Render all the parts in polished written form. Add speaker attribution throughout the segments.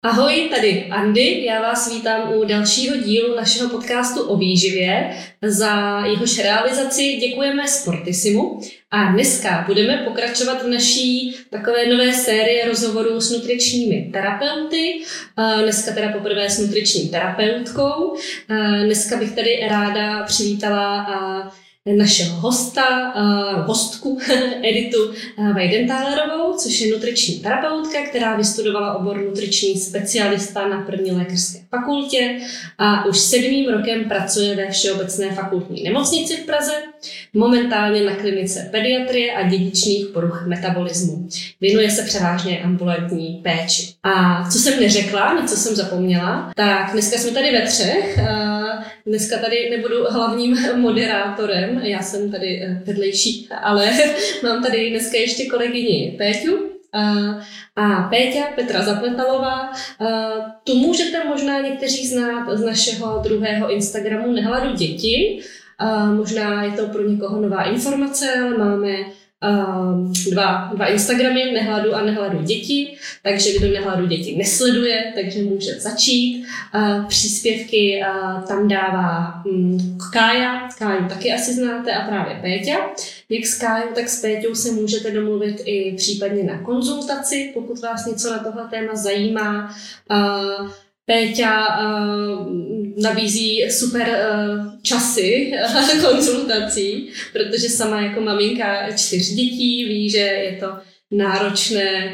Speaker 1: Ahoj, tady Andy, já vás vítám u dalšího dílu našeho podcastu o výživě. Za jehož realizaci děkujeme Sportisimu a dneska budeme pokračovat v naší takové nové sérii rozhovorů s nutričními terapeuty. Dneska teda poprvé s nutriční terapeutkou. Dneska bych tady ráda přivítala našeho hostku Editu Weidentálerovou, což je nutriční terapeutka, která vystudovala obor nutriční specialista na první lékařské fakultě a už 7. rokem pracuje ve Všeobecné fakultní nemocnici v Praze, momentálně na klinice pediatrie a dědičných poruch metabolismu. Věnuje se převážně ambulantní péči. A co jsem neřekla, na co jsem zapomněla, tak dneska jsme tady ve třech. Dneska tady nebudu hlavním moderátorem, já jsem tady vedlejší, ale mám tady dneska ještě kolegyni Péťu a Péťa Petra Zapletalová. Tu můžete možná někteří znát z našeho druhého Instagramu Nehladu děti. Možná je to pro někoho nová informace, ale máme dva Instagramy, Nehladu a Nehladu děti, takže kdo Nehladu děti nesleduje, takže může začít. Příspěvky tam dává Káju taky asi znáte a právě Péťa. Jak s Kájou, tak s Péťou se můžete domluvit i případně na konzultaci, pokud vás něco na tohle téma zajímá. Péťa nabízí super časy konzultací, protože sama jako maminka 4 dětí ví, že je to náročné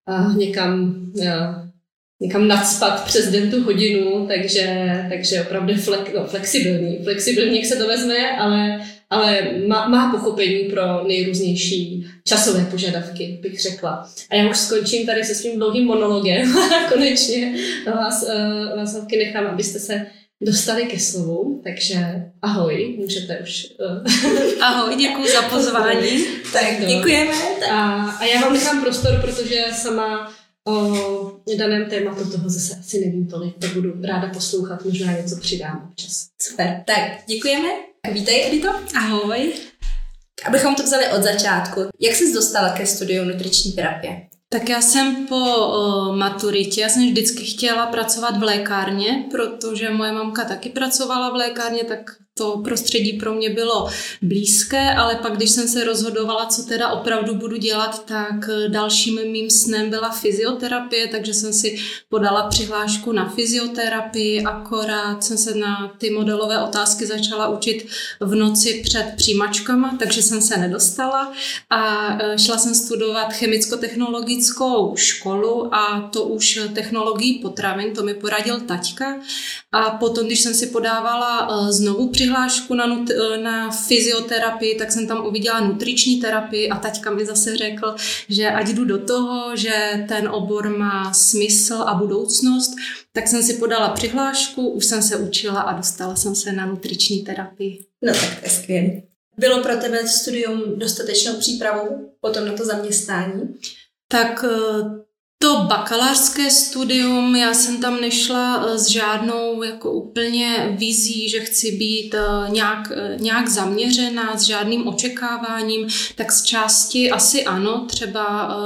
Speaker 1: někam nacpat přes den tu hodinu, takže opravdu flexibilní, jak se to vezme, ale má pochopení pro nejrůznější časové požadavky, bych řekla. A já už skončím tady se svým dlouhým monologem. Konečně vás hodky nechám, abyste se dostali ke slovu. Takže ahoj, můžete už...
Speaker 2: Ahoj, děkuji za pozvání.
Speaker 1: Tak děkujeme. A já vám nechám prostor, protože sama o daném tématu toho zase asi nevím tolik, tak budu ráda poslouchat, možná něco přidám občas.
Speaker 3: Super, tak děkujeme. Vítej, Edito.
Speaker 2: Ahoj.
Speaker 3: Abychom to vzali od začátku. Jak jsi dostala ke studiu nutriční terapie?
Speaker 2: Tak já jsem po maturitě, já jsem vždycky chtěla pracovat v lékárně, protože moje mamka taky pracovala v lékárně, tak to prostředí pro mě bylo blízké, ale pak, když jsem se rozhodovala, co teda opravdu budu dělat, tak dalším mým snem byla fyzioterapie, takže jsem si podala přihlášku na fyzioterapii, akorát jsem se na ty modelové otázky začala učit v noci před přijímačkama, takže jsem se nedostala a šla jsem studovat chemicko-technologickou školu a to už technologii potravin, to mi poradil taťka a potom, když jsem si podávala znovu přihlášku na fyzioterapii, tak jsem tam uviděla nutriční terapii a taťka mi zase řekl, že ať jdu do toho, že ten obor má smysl a budoucnost, tak jsem si podala přihlášku, už jsem se učila a dostala jsem se na nutriční terapii.
Speaker 3: No tak to je skvělé. Bylo pro tebe studium dostatečnou přípravou potom na to zaměstnání?
Speaker 2: Tak to bakalářské studium, já jsem tam nešla s žádnou jako úplně vizí, že chci být nějak zaměřená, s žádným očekáváním, tak z části asi ano, třeba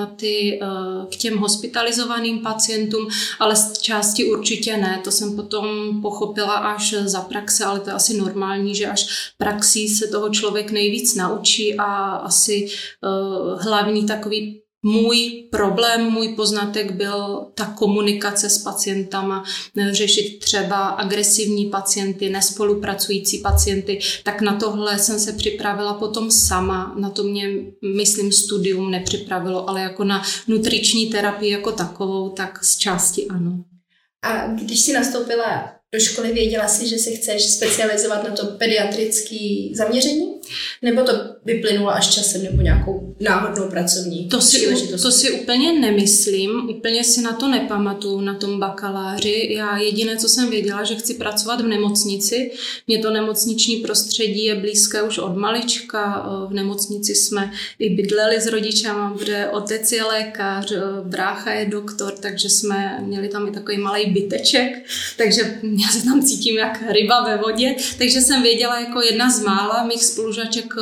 Speaker 2: k těm hospitalizovaným pacientům, ale z části určitě ne, to jsem potom pochopila až za praxe, ale to je asi normální, že až praxí se toho člověk nejvíc naučí a asi hlavní takový můj problém, můj poznatek byl ta komunikace s pacientama, řešit třeba agresivní pacienty, nespolupracující pacienty, tak na tohle jsem se připravila potom sama, na to mě, myslím, studium nepřipravilo, ale jako na nutriční terapii jako takovou, tak z části ano.
Speaker 3: A když jsi nastoupila do školy, věděla jsi, že se chceš specializovat na to pediatrické zaměření? Nebo to vyplynulo až časem nebo nějakou náhodnou pracovní příležitost?
Speaker 2: To si úplně nemyslím, úplně si na to nepamatuju na tom bakaláři. Já jediné, co jsem věděla, že chci pracovat v nemocnici. Mně to nemocniční prostředí je blízké už od malička. V nemocnici jsme i bydleli s rodičama, kde otec je lékař, brácha je doktor, takže jsme měli tam i takový malý byteček, takže já se tam cítím jak ryba ve vodě, takže jsem věděla jako jedna z mála mých spolužaček, tak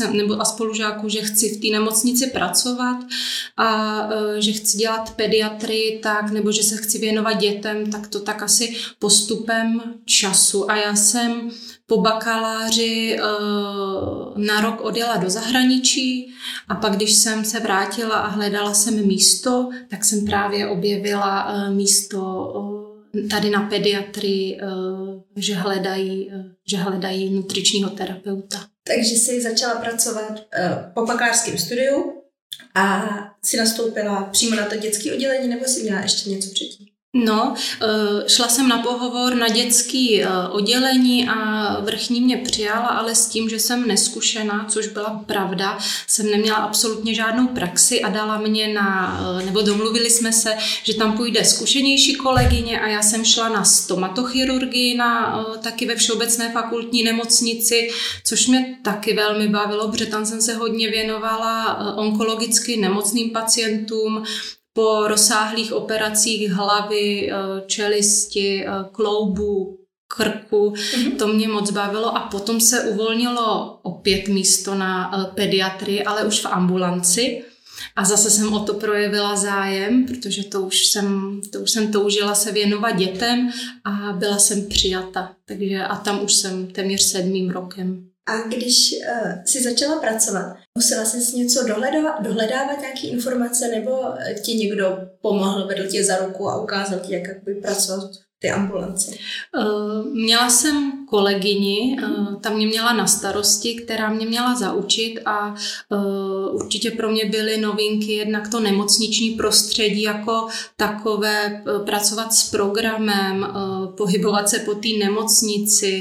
Speaker 2: nebo a spolužáků, že chci v té nemocnici pracovat a že chci dělat pediatrii tak, nebo že se chci věnovat dětem, tak to tak asi postupem času. A já jsem po bakaláři na rok odjela do zahraničí a pak, když jsem se vrátila a hledala jsem místo, tak jsem právě objevila místo tady na pediatrii, že hledají nutričního terapeuta.
Speaker 3: Takže jsi začala pracovat po bakalářském studiu a jsi nastoupila přímo na to dětské oddělení, nebo jsi měla ještě něco předtím?
Speaker 2: No, šla jsem na pohovor na dětské oddělení a vrchní mě přijala, ale s tím, že jsem neskušená, což byla pravda, jsem neměla absolutně žádnou praxi a dala mě nebo domluvili jsme se, že tam půjde zkušenější kolegyně a já jsem šla na stomatochirurgii taky ve Všeobecné fakultní nemocnici, což mě taky velmi bavilo, protože tam jsem se hodně věnovala onkologicky nemocným pacientům, po rozsáhlých operacích hlavy, čelisti, kloubu, krku. To mě moc bavilo a potom se uvolnilo opět místo na pediatrii, ale už v ambulanci. A zase jsem o to projevila zájem, protože to už jsem toužila se věnovat dětem a byla jsem přijata. Takže a tam už jsem téměř 7. rokem.
Speaker 3: A když jsi začala pracovat, musela jsi něco dohledávat nějaké informace, nebo ti někdo pomohl, vedl tě za ruku a ukázal ti, jak by pracovat v té ambulanci?
Speaker 2: Měla jsem kolegyni, ta mě měla na starosti, která mě měla zaučit a určitě pro mě byly novinky jednak to nemocniční prostředí jako takové, pracovat s programem, pohybovat se po té nemocnici,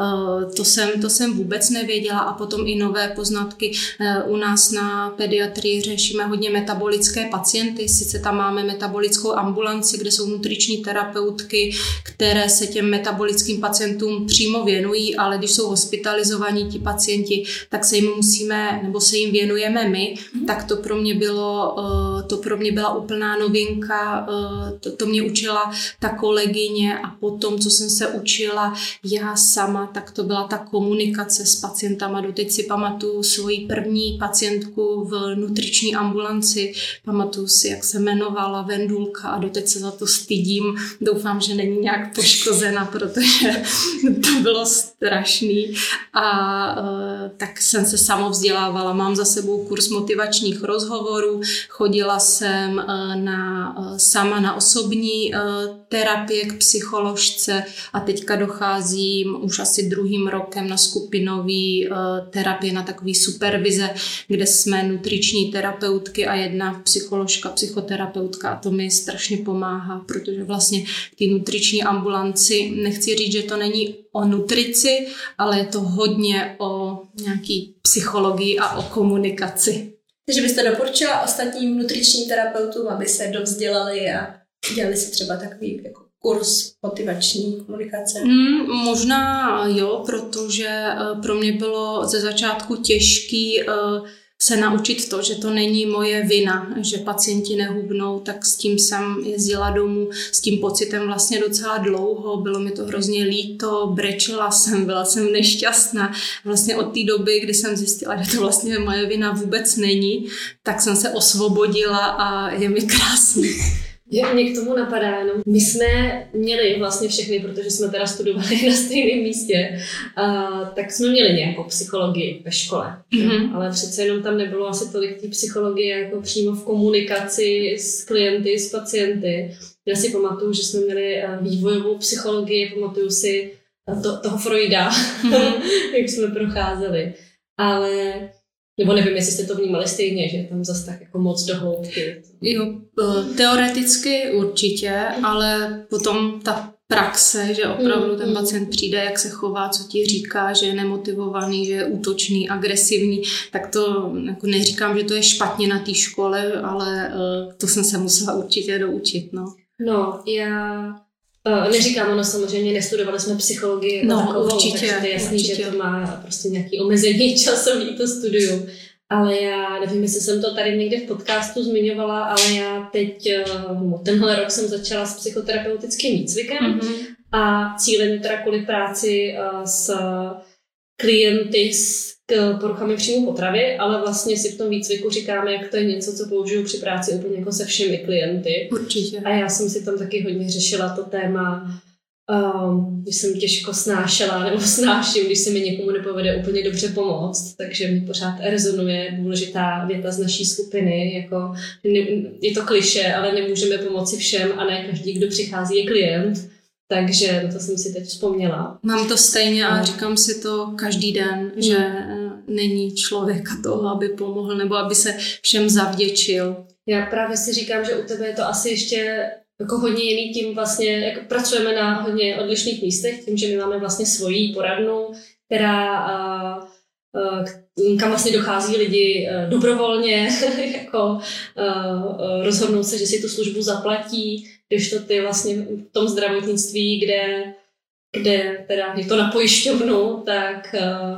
Speaker 2: to jsem vůbec nevěděla a potom i nové poznatky. U nás na pediatrii řešíme hodně metabolické pacienty, sice tam máme metabolickou ambulanci, kde jsou nutriční terapeutky, které se těm metabolickým pacientům přímo věnují, ale když jsou hospitalizovaní ti pacienti, tak se jim věnujeme my, tak to pro mě byla úplná novinka, to mě učila ta kolegyně a potom, co jsem se učila já sama, tak to byla ta komunikace s pacientama. Doteď si pamatuju svoji první pacientku v nutriční ambulanci, pamatuju si, jak se jmenovala Vendulka a doteď se za to stydím, doufám, že není nějak poškozena, protože to bylo strašný a tak jsem se samovzdělávala. Mám za sebou kurz motivačních rozhovorů, chodila jsem sama na osobní terapie k psycholožce a teďka docházím už asi 2. rokem na skupinový terapie, na takový supervize, kde jsme nutriční terapeutky a jedna psycholožka, psychoterapeutka a to mi strašně pomáhá, protože vlastně v té nutriční ambulanci, nechci říct, že to není o nutrici, ale je to hodně o nějaký psychologii a o komunikaci.
Speaker 3: Takže byste doporučila ostatním nutričním terapeutům, aby se dovzdělali a dělali si třeba takový jako kurz motivační komunikace?
Speaker 2: Možná jo, protože pro mě bylo ze začátku těžký se naučit to, že to není moje vina, že pacienti nehubnou, tak s tím jsem jezdila domů s tím pocitem vlastně docela dlouho, bylo mi to hrozně líto, brečela jsem, byla jsem nešťastná. Vlastně od té doby, kdy jsem zjistila, že to vlastně moje vina vůbec není, tak jsem se osvobodila a je mi krásný.
Speaker 1: Mě k tomu napadá, no. My jsme měli vlastně všechny, protože jsme teda studovali na stejném místě, tak jsme měli nějakou psychologii ve škole, ale přece jenom tam nebylo asi tolik té psychologie jako přímo v komunikaci s klienty, s pacienty. Já si pamatuju, že jsme měli vývojovou psychologii, pamatuju si toho Freuda, jak jsme procházeli, ale nebo nevím, jestli jste to vnímali stejně, že tam zase tak jako moc do hloubky.
Speaker 2: Jo, teoreticky určitě, ale potom ta praxe, že opravdu ten pacient přijde, jak se chová, co ti říká, že je nemotivovaný, že je útočný, agresivní, tak to jako neříkám, že to je špatně na té škole, ale to jsem se musela určitě doučit.
Speaker 1: No, já neříkám, ono samozřejmě nestudovali jsme psychologii jako takovou,
Speaker 2: určitě,
Speaker 1: takže je jasný, že to má prostě nějaký omezení časový to studium. Ale já nevím, jestli jsem to tady někde v podcastu zmiňovala, ale já teď, tenhle rok jsem začala s psychoterapeutickým výcvikem a cílem teda kvůli práci s klienty, k poruchami příjmu potravy, ale vlastně si v tom výcviku říkáme, jak to je něco, co použiju při práci úplně jako se všemi klienty.
Speaker 2: Určitě.
Speaker 1: A já jsem si tam taky hodně řešila to téma, když jsem těžko snášela nebo snáším, když se mi někomu nepovede úplně dobře pomoct, takže mi pořád rezonuje důležitá věta z naší skupiny, jako je to klišé, ale nemůžeme pomoci všem a ne každý, kdo přichází, je klient. Takže to jsem si teď vzpomněla.
Speaker 2: Mám to stejně a říkám si to každý den, že není člověka toho, aby pomohl nebo aby se všem zavděčil.
Speaker 1: Já právě si říkám, že u tebe je to asi ještě jako hodně jiný tím vlastně, jak pracujeme na hodně odlišných místech, tím, že my máme vlastně svoji poradnu, která kam vlastně dochází lidi dobrovolně, jako rozhodnou se, že si tu službu zaplatí, když to ty vlastně v tom zdravotnictví, kde teda je to na pojišťovnu, tak...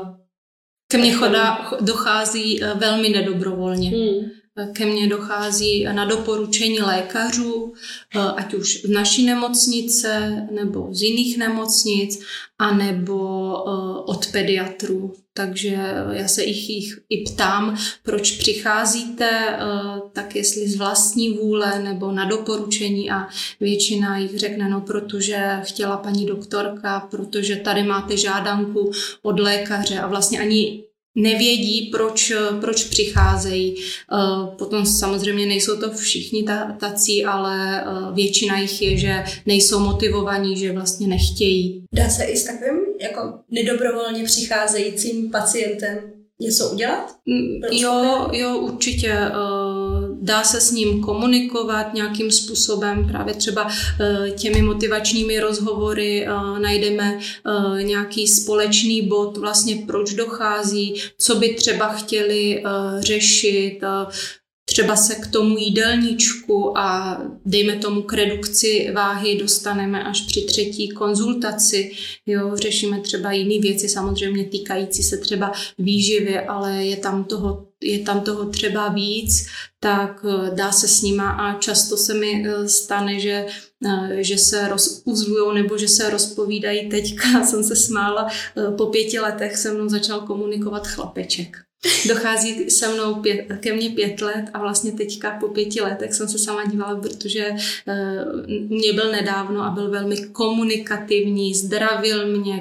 Speaker 2: Ke mně dochází velmi nedobrovolně. Ke mně dochází na doporučení lékařů, ať už z naší nemocnice, nebo z jiných nemocnic, anebo od pediatrů. Takže já se jich i ptám, proč přicházíte, tak jestli z vlastní vůle nebo na doporučení a většina jich řekne, no protože chtěla paní doktorka, protože tady máte žádanku od lékaře a vlastně ani nevědí, proč přicházejí. Potom samozřejmě nejsou to všichni tací, ale většina jich je, že nejsou motivovaní, že vlastně nechtějí.
Speaker 3: Dá se i s takovým jako nedobrovolně přicházejícím pacientem něco udělat?
Speaker 2: Jo, určitě. Dá se s ním komunikovat nějakým způsobem, právě třeba těmi motivačními rozhovory najdeme nějaký společný bod, vlastně proč dochází, co by třeba chtěli řešit, třeba se k tomu jídelníčku a dejme tomu k redukci váhy dostaneme až při 3. konzultaci. Jo, řešíme třeba jiné věci, samozřejmě týkající se třeba výživy, ale je tam toho třeba víc, tak dá se s nima a často se mi stane, že se rozuzlujou nebo že se rozpovídají. Teďka jsem se smála, po 5 letech se mnou začal komunikovat chlapeček. Dochází se mnou ke mně 5 let a vlastně teďka po 5 letech jsem se sama dívala, protože mě byl nedávno a byl velmi komunikativní, zdravil mě,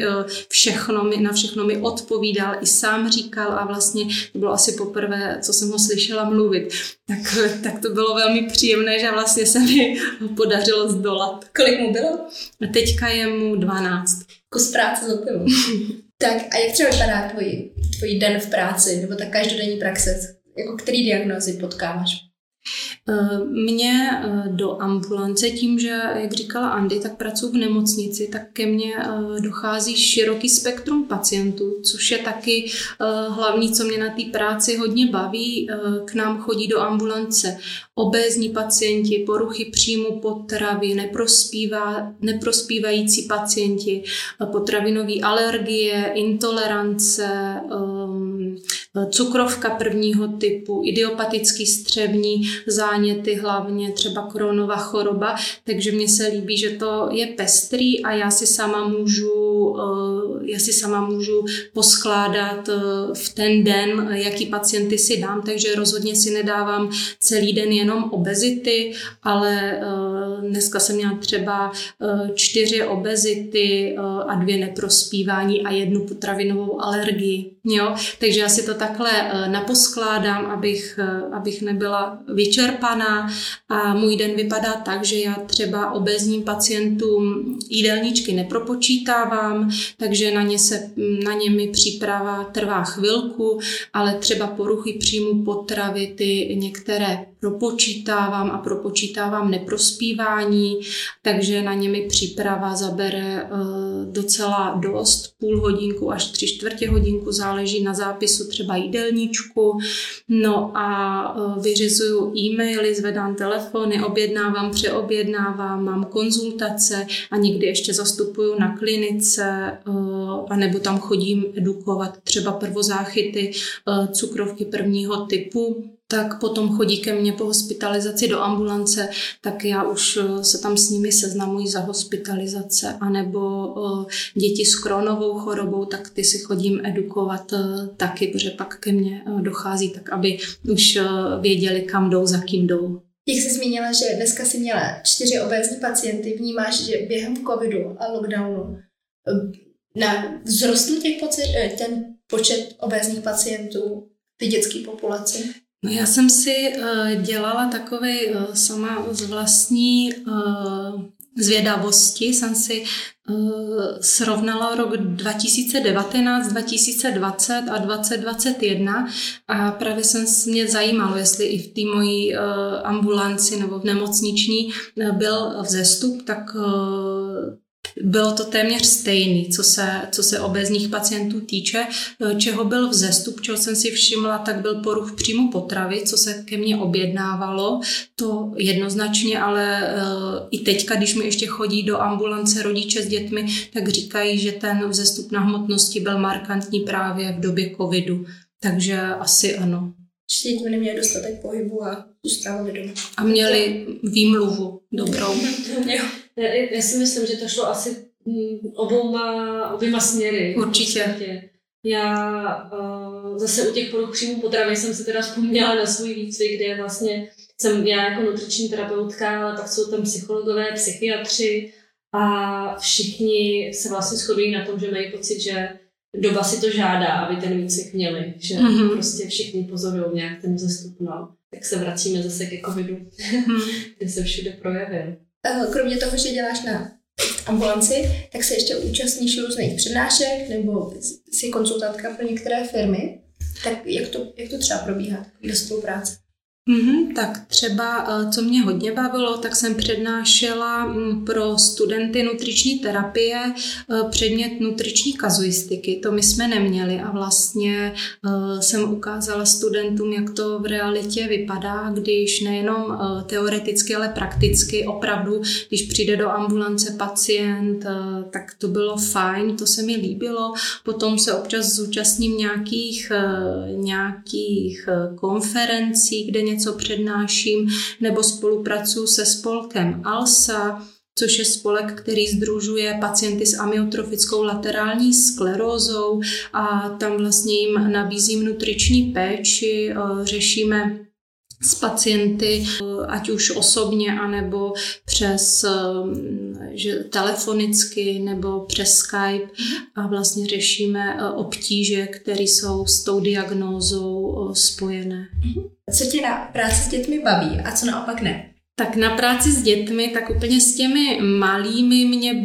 Speaker 2: na všechno mi odpovídal, i sám říkal a vlastně to bylo asi poprvé, co jsem ho slyšela mluvit. Tak to bylo velmi příjemné, že vlastně se mi podařilo zdolat.
Speaker 3: Kolik mu bylo?
Speaker 2: Teďka je mu 12.
Speaker 3: Kus práce za tebou. Tak a jak třeba vypadá tvůj den v práci, nebo ta každodenní praxe? Jako který diagnózy potkáváš?
Speaker 2: Mě do ambulance, tím, že, jak říkala Andy, tak pracuji v nemocnici, tak ke mně dochází široký spektrum pacientů, což je taky hlavní, co mě na té práci hodně baví. K nám chodí do ambulance obézní pacienti, poruchy příjmu potravy, neprospívající pacienti, potravinové alergie, intolerance, cukrovka 1. typu, idiopatický střevní záněty, hlavně třeba Crohnova choroba, takže mně se líbí, že to je pestrý a já si sama můžu poskládat v ten den, jaký pacienty si dám, takže rozhodně si nedávám celý den jenom obezity, ale dneska jsem měla třeba 4 obezity a 2 neprospívání a 1 potravinovou alergii. Jo? Takže já si to takhle naposkládám, abych nebyla vyčerpaná a můj den vypadá tak, že já třeba obézním pacientům jídelníčky nepropočítávám, takže na ně mi příprava trvá chvilku, ale třeba poruchy příjmu potravy, ty některé propočítávám neprospívání, takže na ně mi příprava zabere docela dost, půl hodinku až 3/4 hodinku, záleží na zápisu třeba jídelníčku. No a vyřizuju e-maily, zvedám telefony, objednávám, přeobjednávám, mám konzultace a někdy ještě zastupuju na klinice, anebo tam chodím edukovat třeba prvozáchyty cukrovky 1. typu. tak potom chodí ke mně po hospitalizaci do ambulance, tak já už se tam s nimi seznamuji za hospitalizace, anebo děti s Crohnovou chorobou, tak ty si chodím edukovat taky, protože pak ke mně dochází, tak aby už věděli, kam jdou, za kým jdou.
Speaker 3: Jak jsi zmínila, že dneska si měla 4 obézní pacienty, vnímáš, že během covidu a lockdownu vzrostl ten počet obézních pacientů v dětské populaci?
Speaker 2: No já jsem si dělala takový sama z vlastní zvědavosti, jsem si srovnala rok 2019, 2020 a 2021 a právě mě zajímalo, jestli i v té mojí ambulanci nebo v nemocniční byl vzestup, tak bylo to téměř stejný, co se obézních pacientů týče. Čeho byl vzestup, čeho jsem si všimla, tak byl poruch příjmu potravy, co se ke mně objednávalo. To jednoznačně, ale i teďka, když mi ještě chodí do ambulance rodiče s dětmi, tak říkají, že ten vzestup na hmotnosti byl markantní právě v době covidu. Takže asi ano.
Speaker 3: Že děti neměli dostatek pohybu a zůstávali doma.
Speaker 2: A měli výmluvu dobrou.
Speaker 1: Já si myslím, že to šlo asi oběma směry.
Speaker 2: Určitě.
Speaker 1: Já zase u těch poruch příjmu potravy jsem si teda vzpomněla na svůj výcvik, kde vlastně jsem já jako nutriční terapeutka, ale pak jsou tam psychologové, psychiatři a všichni se vlastně shodují na tom, že mají pocit, že doba si to žádá, aby ten výcvik měli, že prostě všichni pozorují nějak ten vzestup, no. Tak se vracíme zase ke covidu, kde se všude projevil.
Speaker 3: Kromě toho, že děláš na ambulanci, tak se ještě účastníš různých přednášek nebo jsi konzultantka pro některé firmy. Tak jak to třeba probíhá, do spolupráce?
Speaker 2: Tak třeba, co mě hodně bavilo, tak jsem přednášela pro studenty nutriční terapie předmět nutriční kazuistiky. To my jsme neměli a vlastně jsem ukázala studentům, jak to v realitě vypadá, když nejenom teoreticky, ale prakticky opravdu, když přijde do ambulance pacient, tak to bylo fajn, to se mi líbilo. Potom se občas zúčastním nějakých konferencí, kde něco přednáším, nebo spolupracuji se spolkem ALSA, což je spolek, který sdružuje pacienty s amyotrofickou laterální sklerózou a tam vlastně jim nabízím nutriční péči, řešíme s pacienty, ať už osobně, anebo přes telefonicky, nebo přes Skype a vlastně řešíme obtíže, které jsou s tou diagnózou spojené.
Speaker 3: Co tě na práci s dětmi baví a co naopak ne?
Speaker 2: Tak na práci s dětmi, tak úplně s těmi malými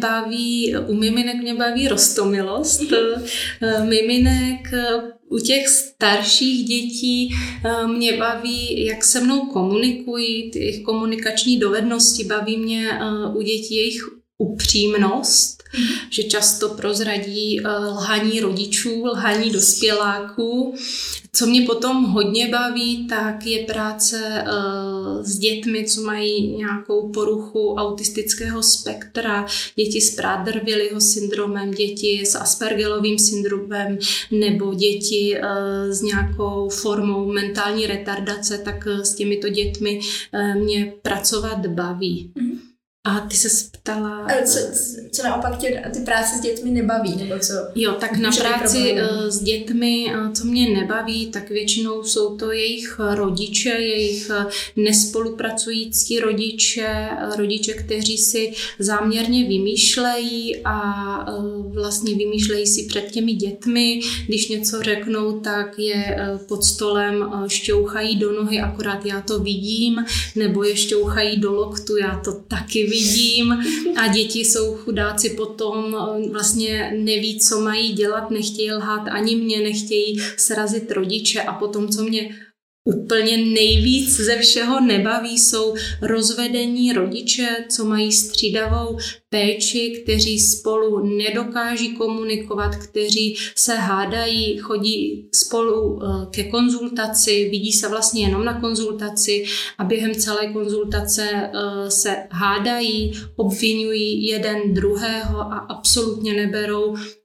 Speaker 2: u miminek mě baví roztomilost. Miminek u těch starších dětí mě baví, jak se mnou komunikují, ty jejich komunikační dovednosti, baví mě u dětí jejich upřímnost, že často prozradí lhaní rodičů, lhaní dospěláků. Co mě potom hodně baví, tak je práce s dětmi, co mají nějakou poruchu autistického spektra, děti s Prader-Williho syndromem, děti s Aspergerovým syndromem nebo děti s nějakou formou mentální retardace, tak s těmito dětmi mě pracovat baví. A ty se ptala...
Speaker 3: Co naopak tě ty práce s dětmi nebaví? Nebo co?
Speaker 2: Jo, tak na práci s dětmi, co mě nebaví, tak většinou jsou to jejich rodiče, jejich nespolupracující rodiče, kteří si záměrně vymýšlejí a vlastně vymýšlejí si před těmi dětmi. Když něco řeknou, tak je pod stolem šťouchají do nohy, akorát já to vidím, nebo je šťouchají do loktu, já to taky vidím a děti jsou chudáci potom, vlastně neví, co mají dělat, nechtějí lhát ani mě, nechtějí srazit rodiče a potom, co mě úplně nejvíc ze všeho nebaví, jsou rozvedení rodiče, co mají střídavou péči, kteří spolu nedokáží komunikovat, kteří se hádají, chodí spolu ke konzultaci, vidí se vlastně jenom na konzultaci a během celé konzultace se hádají, obvinují jeden druhého a absolutně neberou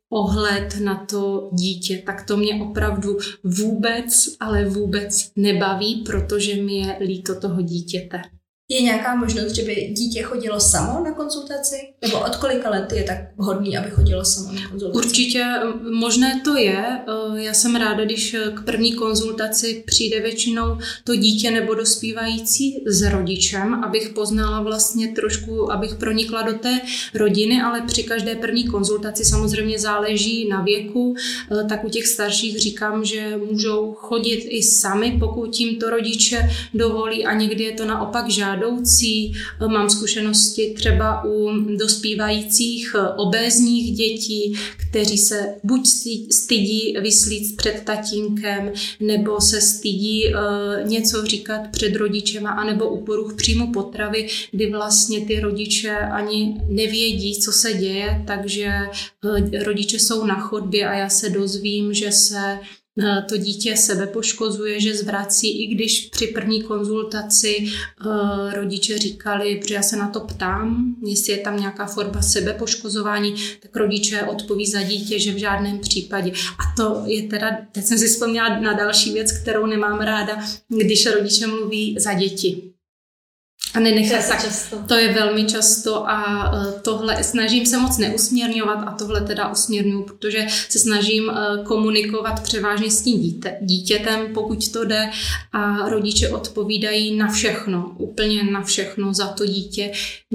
Speaker 2: ohled na to dítě, tak to mě opravdu vůbec, ale vůbec nebaví, protože mi je líto toho dítěte.
Speaker 3: Je nějaká možnost, že by dítě chodilo samo na konzultaci? Nebo od kolika let je tak vhodný, aby chodilo samo na konzultaci?
Speaker 2: Určitě možné to je. Já jsem ráda, když k první konzultaci přijde většinou to dítě nebo dospívající s rodičem, abych poznala vlastně trošku, abych pronikla do té rodiny, ale při každé první konzultaci samozřejmě záleží na věku, tak u těch starších říkám, že můžou chodit i sami, pokud jim to rodiče dovolí, a někdy je to naopak žádoucí. Mám zkušenosti třeba u dospívajících obézních dětí, kteří se buď stydí vyslíct před tatínkem, nebo se stydí něco říkat před rodičema, anebo u poruch příjmu potravy, kdy vlastně ty rodiče ani nevědí, co se děje, takže rodiče jsou na chodbě a já se dozvím, že se to dítě sebepoškozuje, že zvrací, i když při první konzultaci rodiče říkali, protože já se na to ptám, jestli je tam nějaká forma sebepoškozování, tak rodiče odpoví za dítě, že v žádném případě. A to je teda, teď jsem si vzpomněla na další věc, kterou nemám ráda, když rodiče mluví za děti. A to je velmi často a tohle snažím se moc neusměrňovat a tohle teda usměrňuji, protože se snažím komunikovat převážně s tím dítětem, pokud to jde, a rodiče odpovídají na všechno, úplně na všechno za to dítě.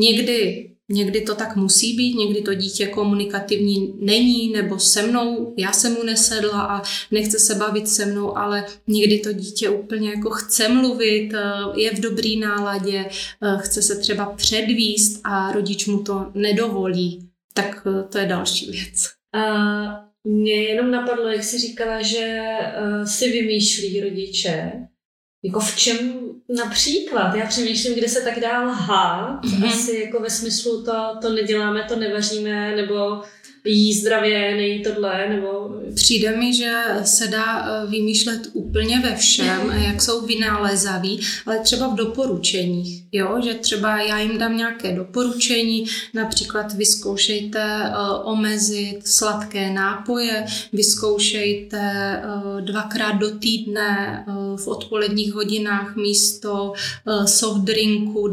Speaker 2: Někdy to tak musí být, někdy to dítě komunikativní není, nebo se mnou, já jsem mu nesedla a nechce se bavit se mnou, ale někdy to dítě úplně jako chce mluvit, je v dobrý náladě, chce se třeba předvíst a rodič mu to nedovolí. Tak to je další věc.
Speaker 1: A mě jenom napadlo, jak jsi říkala, že si vymýšlí rodiče. Jako v čem například? Já přemýšlím, kde se tak dá lhát. Asi jako ve smyslu to neděláme, to nevaříme, nebo jí zdravě, nejí tohle, nebo...
Speaker 2: Přijde mi, že se dá vymýšlet úplně ve všem, jak jsou vynálezaví, ale třeba v doporučeních, jo? Že třeba já jim dám nějaké doporučení, například vyzkoušejte omezit sladké nápoje, vyzkoušejte 2krát do týdne v odpoledních hodinách místo soft drinku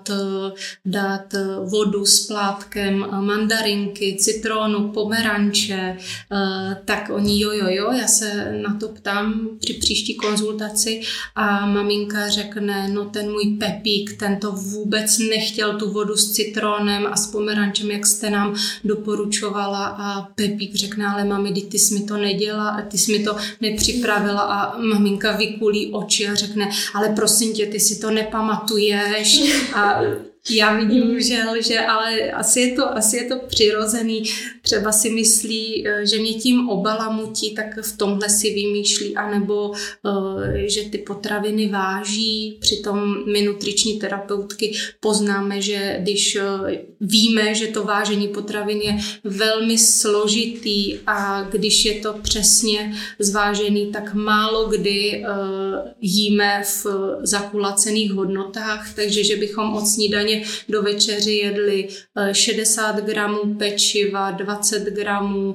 Speaker 2: dát vodu s plátkem mandarinky, citronu, pomeranče, tak oni jo, já se na to ptám při příští konzultaci a maminka řekne, no ten můj Pepík, ten to vůbec nechtěl tu vodu s citronem a s pomerančem, jak jste nám doporučovala, a Pepík řekne, ale mami, ty jsi mi to nedělala, ty jsi mi to nepřipravila, a maminka vykulí oči a řekne, ale prosím tě, ty si to nepamatuješ, a já vidím, že ale asi je to přirozený. Třeba si myslí, že mě tím obalamutí, tak v tomhle si vymýšlí, anebo že ty potraviny váží. Přitom my nutriční terapeutky poznáme, že když víme, že to vážení potravin je velmi složitý a když je to přesně zvážený, tak málo kdy jíme v zakulacených hodnotách, takže že bychom od snídaně do večeři jedli 60 gramů pečiva, 20 gramů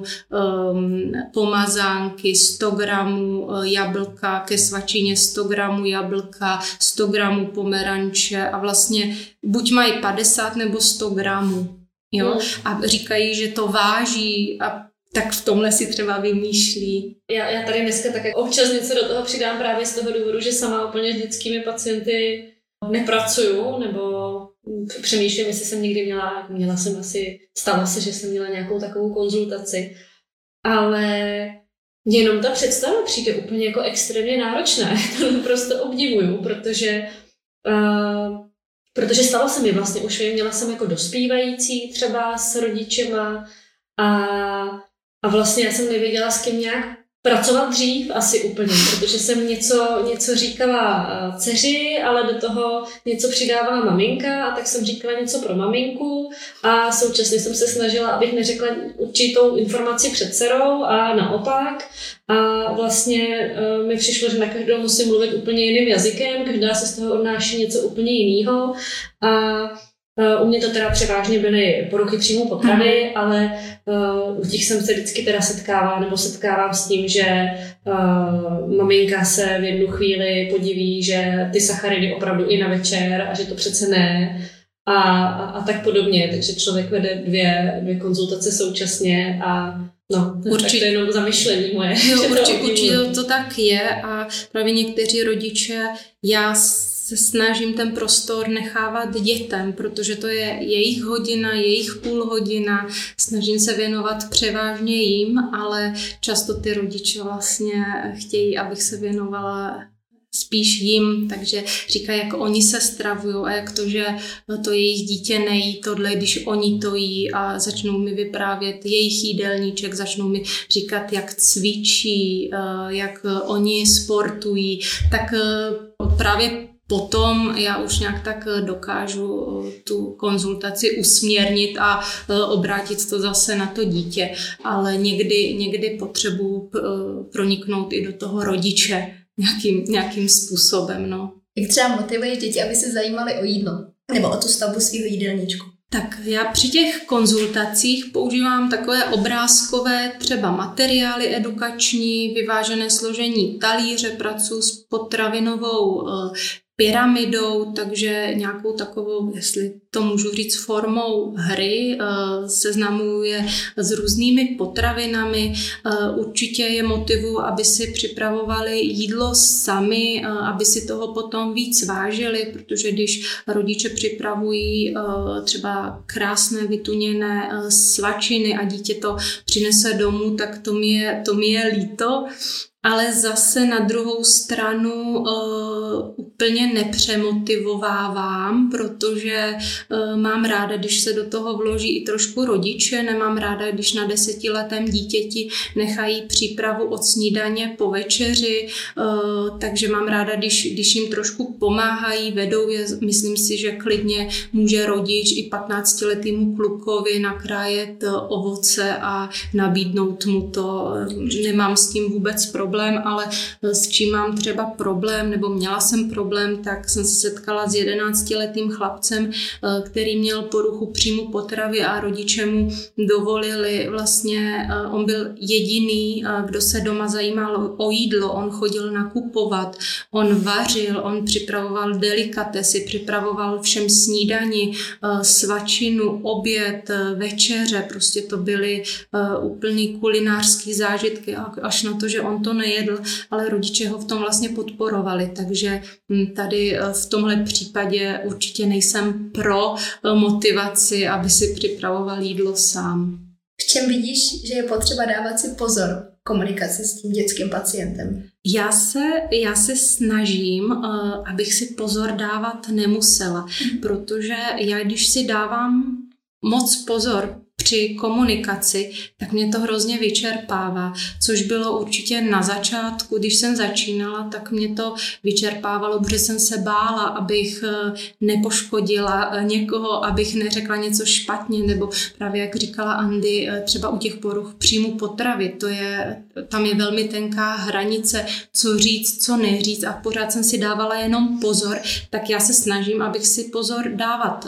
Speaker 2: pomazánky, 100 gramů jablka, ke svačině 100 gramů jablka, 100 gramů pomeranče a vlastně buď mají 50 nebo 100 gramů. Jo? A říkají, že to váží, a tak v tomhle si třeba vymýšlí.
Speaker 1: Já tady dneska tak občas něco do toho přidám právě z toho důvodu, že sama úplně s dětskými pacienty nepracuju, nebo přemýšlím, jestli jsem někdy měla jsem asi, stalo se, že jsem měla nějakou takovou konzultaci, ale jenom ta představa přijde úplně jako extrémně náročná. To naprosto obdivuju, protože stalo se mi vlastně, už měla jsem jako dospívající třeba s rodičema a vlastně já jsem nevěděla, s kým nějak pracovat dřív asi úplně, protože jsem něco říkala dceři, ale do toho něco přidávala maminka, a tak jsem říkala něco pro maminku a současně jsem se snažila, abych neřekla určitou informaci před dcerou a naopak. A vlastně mi přišlo, že na každou musím mluvit úplně jiným jazykem, každá se z toho odnáší něco úplně jiného. U mě to teda převážně byly poruchy příjmu potravy, ale u těch jsem se vždycky teda setkávám s tím, že maminka se v jednu chvíli podiví, že ty sacharidy opravdu i na večer a že to přece ne a tak podobně. Takže člověk vede dvě konzultace současně a určitě, tak to je jenom zamyšlení moje.
Speaker 2: Určitě to tak je a právě někteří rodiče, já se snažím ten prostor nechávat dětem, protože to je jejich hodina, jejich půl hodina, snažím se věnovat převážně jim, ale často ty rodiče vlastně chtějí, abych se věnovala spíš jim, takže říkají, jak oni se stravují a jak to, že to jejich dítě nejí tohle, když oni to jí a začnou mi vyprávět jejich jídelníček, začnou mi říkat, jak cvičí, jak oni sportují, tak právě potom já už nějak tak dokážu tu konzultaci usměrnit a obrátit to zase na to dítě, ale někdy potřebuji proniknout i do toho rodiče nějakým způsobem. No.
Speaker 3: Jak třeba motivuješ děti, aby se zajímali o jídlo nebo o tu stavbu svého jídelníčku?
Speaker 2: Tak já při těch konzultacích používám takové obrázkové třeba materiály edukační, vyvážené složení talíře, pracuji s potravinovou pyramidou, takže nějakou takovou, jestli to můžu říct, formou hry, seznamuje s různými potravinami. Určitě je motivuju, aby si připravovali jídlo sami, aby si toho potom víc vážili, protože když rodiče připravují třeba krásné vytuněné svačiny a dítě to přinese domů, tak to mi je líto. Ale zase na druhou stranu úplně nepřemotivovávám, protože mám ráda, když se do toho vloží i trošku rodiče, nemám ráda, když na 10letém dítěti nechají přípravu od snídaně po večeři, takže mám ráda, když jim trošku pomáhají, vedou je, myslím si, že klidně může rodič i 15letýmu klukovi nakrájet ovoce a nabídnout mu to. Nemám s tím vůbec problém, ale s čím mám třeba problém, nebo měla jsem problém, tak jsem se setkala s 11letým chlapcem, který měl poruchu příjmu potravy a rodiče mu dovolili, vlastně on byl jediný, kdo se doma zajímal o jídlo, on chodil nakupovat, on vařil, on připravoval delikatesy, připravoval všem snídani, svačinu, oběd, večeře, prostě to byly úplný kulinářský zážitky, až na to, že on to nejedl, ale rodiče ho v tom vlastně podporovali, takže tady v tomhle případě určitě nejsem pro motivaci, aby si připravoval jídlo sám.
Speaker 3: V čem vidíš, že je potřeba dávat si pozor v komunikaci s tím dětským pacientem?
Speaker 2: Já se snažím, abych si pozor dávat nemusela, protože já když si dávám moc pozor při komunikaci, tak mě to hrozně vyčerpává, což bylo určitě na začátku, když jsem začínala, tak mě to vyčerpávalo, protože jsem se bála, abych nepoškodila někoho, abych neřekla něco špatně, nebo právě jak říkala Andy, třeba u těch poruch příjmu potravy, tam je velmi tenká hranice, co říct, co neříct a pořád jsem si dávala jenom pozor, tak já se snažím, abych si pozor dávat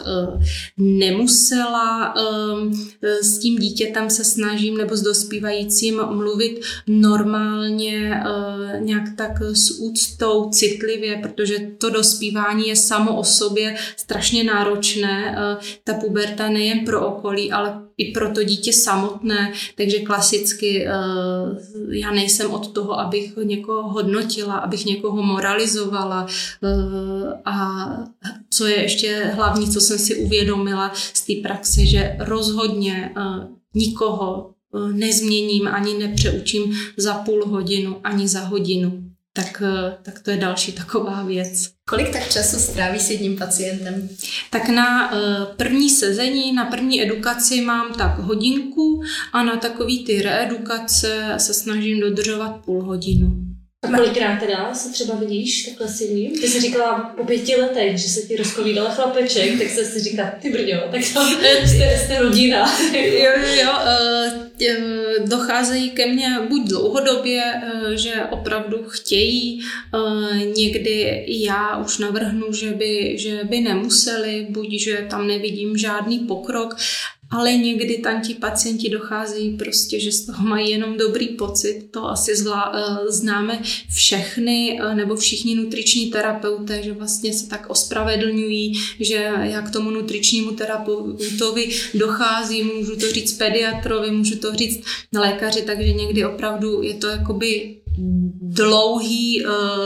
Speaker 2: nemusela. S tím dítětem se snažím nebo s dospívajícím mluvit normálně, nějak tak s úctou, citlivě, protože to dospívání je samo o sobě strašně náročné. Ta puberta nejen pro okolí, ale i pro to dítě samotné, takže klasicky já nejsem od toho, abych někoho hodnotila, abych někoho moralizovala a co je ještě hlavní, co jsem si uvědomila z té praxe, že rozhodně nikoho nezměním ani nepřeučím za půl hodinu ani za hodinu. Tak to je další taková věc.
Speaker 3: Kolik tak času stráví s jedním pacientem?
Speaker 2: Tak na první sezení, na první edukaci mám tak hodinku a na takový ty reedukace se snažím dodržovat půl hodinu.
Speaker 1: A kolikrát teda se třeba vidíš takhle s ním? Ty jsi říkala po 5 letech, že se ti rozkovídal chlapeček, tak se si říká, ty brďo, tak to jste rodina.
Speaker 2: Jo, docházejí ke mně buď dlouhodobě, že opravdu chtějí, někdy já už navrhnu, že by nemuseli, buď že tam nevidím žádný pokrok, ale někdy tam ti pacienti docházejí prostě, že z toho mají jenom dobrý pocit. To asi známe všechny, nebo všichni nutriční terapeuté, že vlastně se tak ospravedlňují, že já k tomu nutričnímu terapeutovi dochází, můžu to říct pediatrovi, můžu to říct lékaři, takže někdy opravdu je to jakoby dlouhý,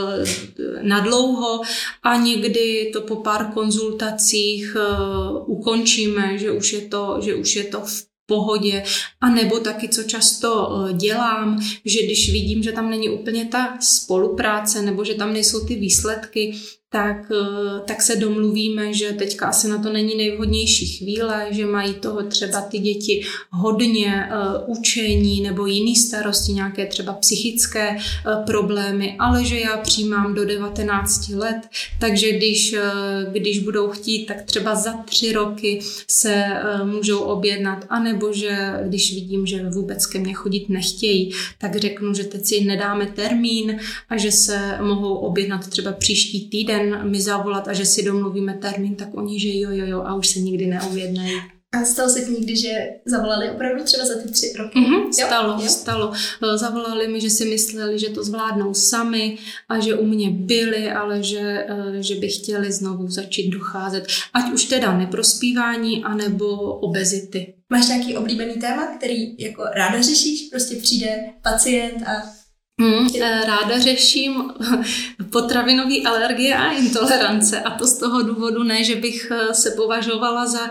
Speaker 2: nadlouho a někdy to po pár konzultacích ukončíme, že už je to v pohodě, a nebo taky, co často dělám, že když vidím, že tam není úplně ta spolupráce nebo že tam nejsou ty výsledky, tak se domluvíme, že teďka asi na to není nejvhodnější chvíle, že mají toho třeba ty děti hodně učení nebo jiný starosti, nějaké třeba psychické problémy, ale že já přijímám do 19 let, takže když budou chtít, tak třeba za 3 roky se můžou objednat, anebo že když vidím, že vůbec ke mně chodit nechtějí, tak řeknu, že teď si nedáme termín a že se mohou objednat třeba příští týden mi zavolat a že si domluvíme termín, tak oni, že jo a už se nikdy neobjednají.
Speaker 3: A stalo se někdy, že zavolali opravdu třeba za ty 3 roky?
Speaker 2: Stalo. Zavolali mi, že si mysleli, že to zvládnou sami a že u mě byli, ale že by chtěli znovu začít docházet. Ať už teda neprospívání, anebo obezity.
Speaker 3: Máš nějaký oblíbený téma, který jako ráda řešíš? Prostě přijde pacient a...
Speaker 2: Ráda řeším potravinové alergie a intolerance, a to z toho důvodu ne, že bych se považovala za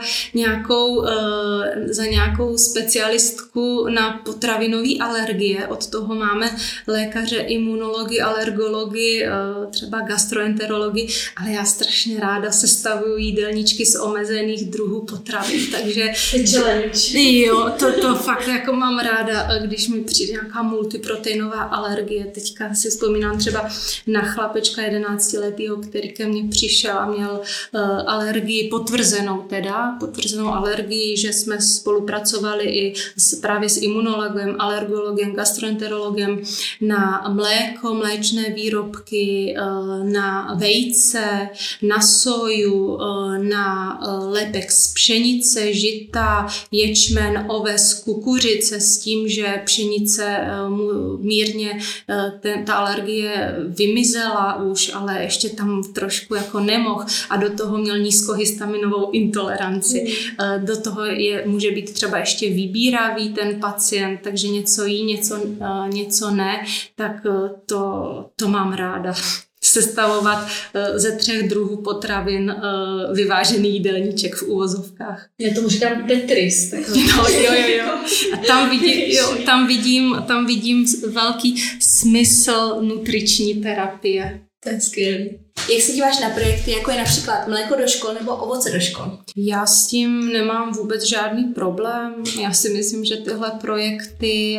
Speaker 2: nějakou specialistku na potravinové alergie. Od toho máme lékaře, imunology, alergology, třeba gastroenterology, ale já strašně ráda sestavuju jídelníčky z omezených druhů potravin, takže jo, to fakt jako mám ráda, když mi přijde nějaká multiproteinová alergie. Teďka si vzpomínám třeba na chlapečka 11letého, který ke mně přišel a měl alergii potvrzenou alergii, že jsme spolupracovali i právě s imunologem, alergologem, gastroenterologem na mléko, mléčné výrobky, na vejce, na soju, na lepek z pšenice, žita, ječmen, oves, kukuřice, s tím, že pšenice mírně ta alergie vymizela už, ale ještě tam trošku jako nemohl a do toho měl nízkohistaminovou intoleranci. Do toho může být třeba ještě vybíravý ten pacient, takže něco jí, něco ne, tak to mám ráda. Sestavovat ze 3 druhů potravin vyvážený jídelníček v uvozovkách.
Speaker 1: Já tomu říkám Tetris.
Speaker 2: No, jo. A tam vidím velký smysl nutriční terapie.
Speaker 3: To je skvělý. Jak se díváš na projekty, jako je například mléko do škol nebo ovoce do škol?
Speaker 2: Já s tím nemám vůbec žádný problém. Já si myslím, že tyhle projekty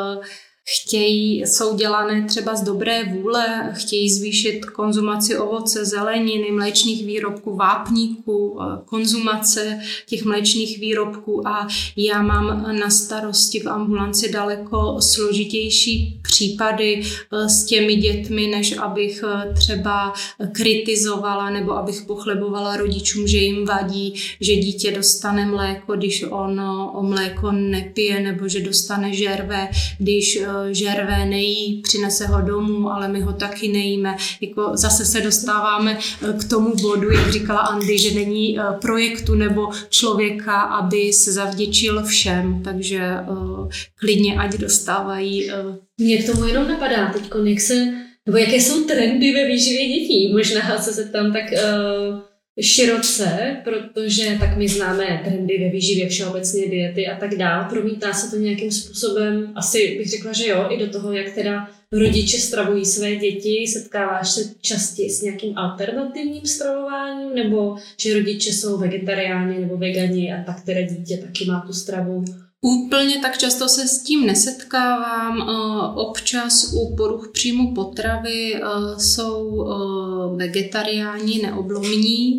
Speaker 2: jsou dělané třeba z dobré vůle, chtějí zvýšit konzumaci ovoce, zeleniny, mléčných výrobků, vápníků, konzumace těch mléčných výrobků, a já mám na starosti v ambulanci daleko složitější případy s těmi dětmi, než abych třeba kritizovala nebo abych pochlebovala rodičům, že jim vadí, že dítě dostane mléko, když o mléko nepije, nebo že dostane žerve, když žerve nejí, přinese ho domů, ale my ho taky nejíme. Jako zase se dostáváme k tomu bodu, jak říkala Andy, že není projektu nebo člověka, aby se zavděčil všem, takže klidně ať dostávají.
Speaker 1: Mě k tomu jenom napadá teď, jaké jsou trendy ve výživě dětí. Možná se zeptám tak široce, protože tak my známe trendy ve výživě, všeobecně diety a tak dál. Promítá se to nějakým způsobem, asi bych řekla, že jo, i do toho, jak teda rodiče stravují své děti? Setkáváš se častěji s nějakým alternativním stravováním, nebo že rodiče jsou vegetariáni nebo vegani a tak teda dítě taky má tu stravu?
Speaker 2: Úplně tak často se s tím nesetkávám. Občas u poruch příjmu potravy jsou vegetariáni neoblomní,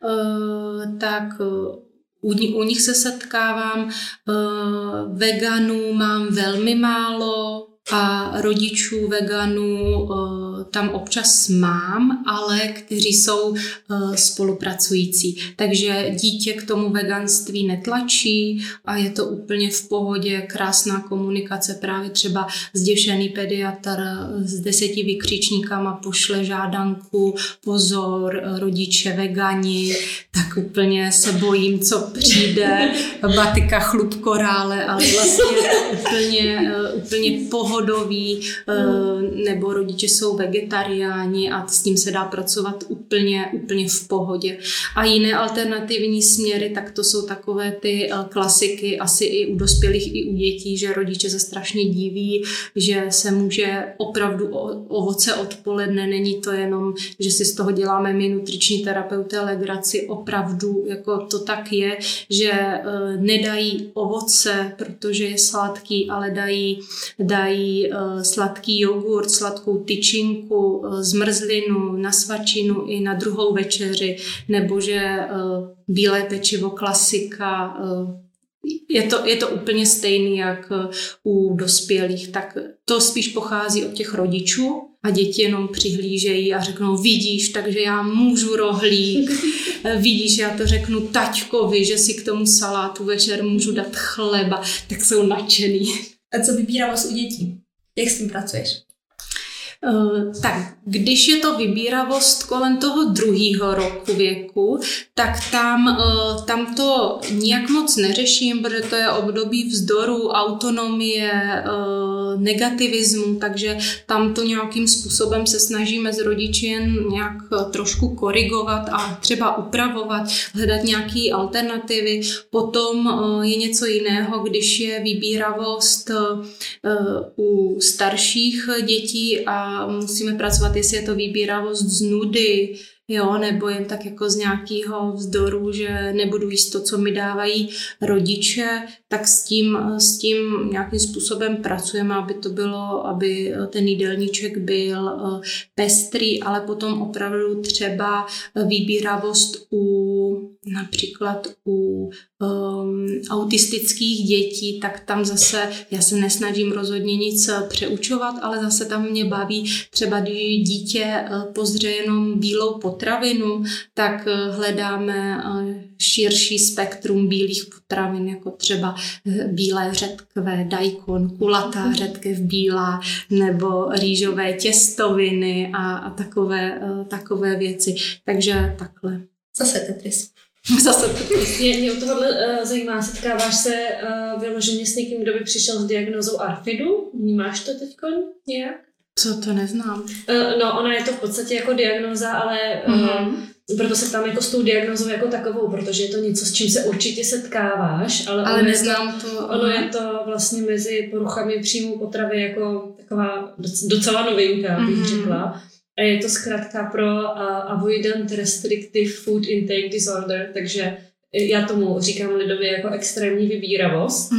Speaker 2: tak u nich se setkávám. Veganů mám velmi málo a rodičů veganů tam občas mám, ale kteří jsou spolupracující. Takže dítě k tomu veganství netlačí a je to úplně v pohodě, krásná komunikace. Právě třeba zděšený pediatr s 10 vykřičníkama pošle žádanku, pozor, rodiče vegani, tak úplně se bojím, co přijde, batika chlup korále, ale vlastně úplně pohodový, nebo rodiče jsou vegetariáni a s tím se dá pracovat úplně v pohodě. A jiné alternativní směry, tak to jsou takové ty klasiky, asi i u dospělých, i u dětí, že rodiče se strašně diví, že se může opravdu ovoce odpoledne, není to jenom, že si z toho děláme my nutriční terapeuté legraci, opravdu jako to tak je, že nedají ovoce, protože je sladký, ale dají sladký jogurt, sladkou tyčinku, zmrzlinu, na svačinu i na druhou večeři, nebo že bílé pečivo klasika. Je to úplně stejný jak u dospělých, tak to spíš pochází od těch rodičů a děti jenom přihlížejí a řeknou, vidíš, takže já můžu rohlík, vidíš, já to řeknu taťkovi, že si k tomu salátu večer můžu dát chleba, tak jsou nadšený.
Speaker 3: A co vybíravost u dětí? Jak s tím pracuješ?
Speaker 2: Tak, když je to vybíravost kolem toho 2. roku věku, tak tam to nijak moc neřeším, protože to je období vzdoru, autonomie, negativismu, takže tam to nějakým způsobem se snažíme s rodiči jen nějak trošku korigovat a třeba upravovat, hledat nějaké alternativy. Potom je něco jiného, když je vybíravost u starších dětí a musíme pracovat, jestli je to vybíravost z nudy, jo, nebo jen tak jako z nějakého vzdoru, že nebudu jíst to, co mi dávají rodiče, tak s tím nějakým způsobem pracujeme, aby ten jídelníček byl pestrý, ale potom opravdu třeba vybíravost například u autistických dětí, tak tam zase já se nesnažím rozhodně nic přeučovat, ale zase tam mě baví třeba, když dítě pozře jenom bílou potravinu, tak hledáme širší spektrum bílých potravin, jako třeba bílé řetkve, daikon, kulatá řetkev bílá, nebo rýžové těstoviny a takové věci. Takže takhle.
Speaker 3: Zase Tetris.
Speaker 1: Mě u tohohle zajímá, setkáváš se vyloženě s někým, kdo by přišel s diagnózou ARFIDu? Vnímáš to teď nějak?
Speaker 2: Co to neznám?
Speaker 1: No, ona je to v podstatě jako diagnóza, ale proto se ptám jako s tou diagnózou jako takovou, protože je to něco, s čím se určitě setkáváš, ale
Speaker 2: neznám to.
Speaker 1: Ono je to vlastně mezi poruchami příjmu potravy jako taková docela novinka, bych řekla. A je to zkrátka pro Avoidant Restrictive Food Intake Disorder, takže já tomu říkám lidově jako extrémní vybíravost.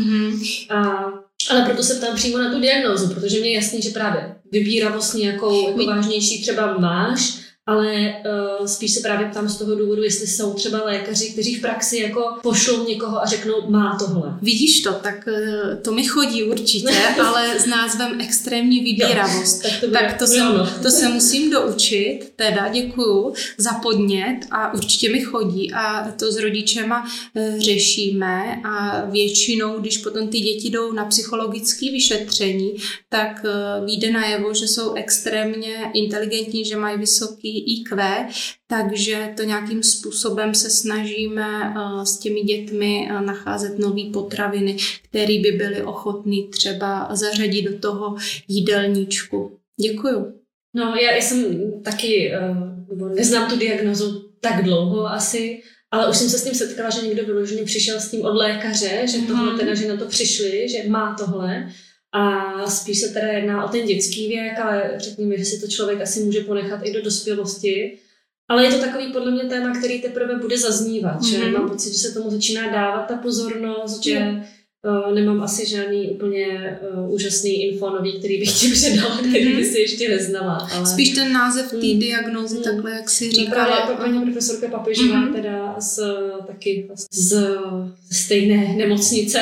Speaker 1: Ale proto se ptám přímo na tu diagnózu, protože mě je jasný, že právě vybíravost nějakou jako vážnější třeba máš, ale spíš se právě ptám z toho důvodu, jestli jsou třeba lékaři, kteří v praxi jako pošlou někoho a řeknou, má tohle.
Speaker 2: Vidíš to, tak to mi chodí určitě, ale s názvem extrémní vybíravost. To se musím doučit, teda děkuju za podnět a určitě mi chodí a to s rodičema řešíme a většinou, když potom ty děti jdou na psychologické vyšetření, tak vyjde najevo, že jsou extrémně inteligentní, že mají vysoký IQ, takže to nějakým způsobem se snažíme s těmi dětmi nacházet nové potraviny, které by byly ochotný třeba zařadit do toho jídelníčku. Děkuju.
Speaker 1: No, já jsem taky, neznám tu diagnózu tak dlouho asi, ale už jsem se s tím setkala, že někdo vyloženě přišel s tím od lékaře, že tohle teda, že na to přišli, že má tohle. a spíš se teda jedná o ten dětský věk, ale řekněme, že si to člověk asi může ponechat i do dospělosti. Ale je to takový podle mě téma, který teprve bude zaznívat, že mám pocit, že se tomu začíná dávat ta pozornost, že nemám asi žádný úplně úžasný info nový, který bych ti předala, který by si ještě neznala. Ale...
Speaker 2: Spíš ten název té diagnózy, takhle, jak si říkala.
Speaker 1: Právě paní profesorka Papežová teda taky z stejné nemocnice,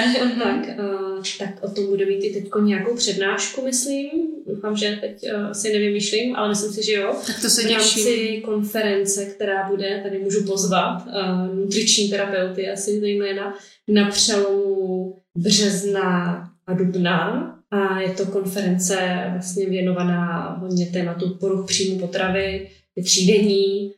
Speaker 1: tak o tom bude mít i teď nějakou přednášku, myslím. Doufám, že teď si nevymýšlím, ale myslím si, že jo.
Speaker 2: Tak to se těším.
Speaker 1: V rámci konference, která bude, tady můžu pozvat nutriční terapeuty asi zejména, na přelomu března a dubna. A je to konference vlastně věnovaná hodně tématu poruch příjmu potravy, je 3denní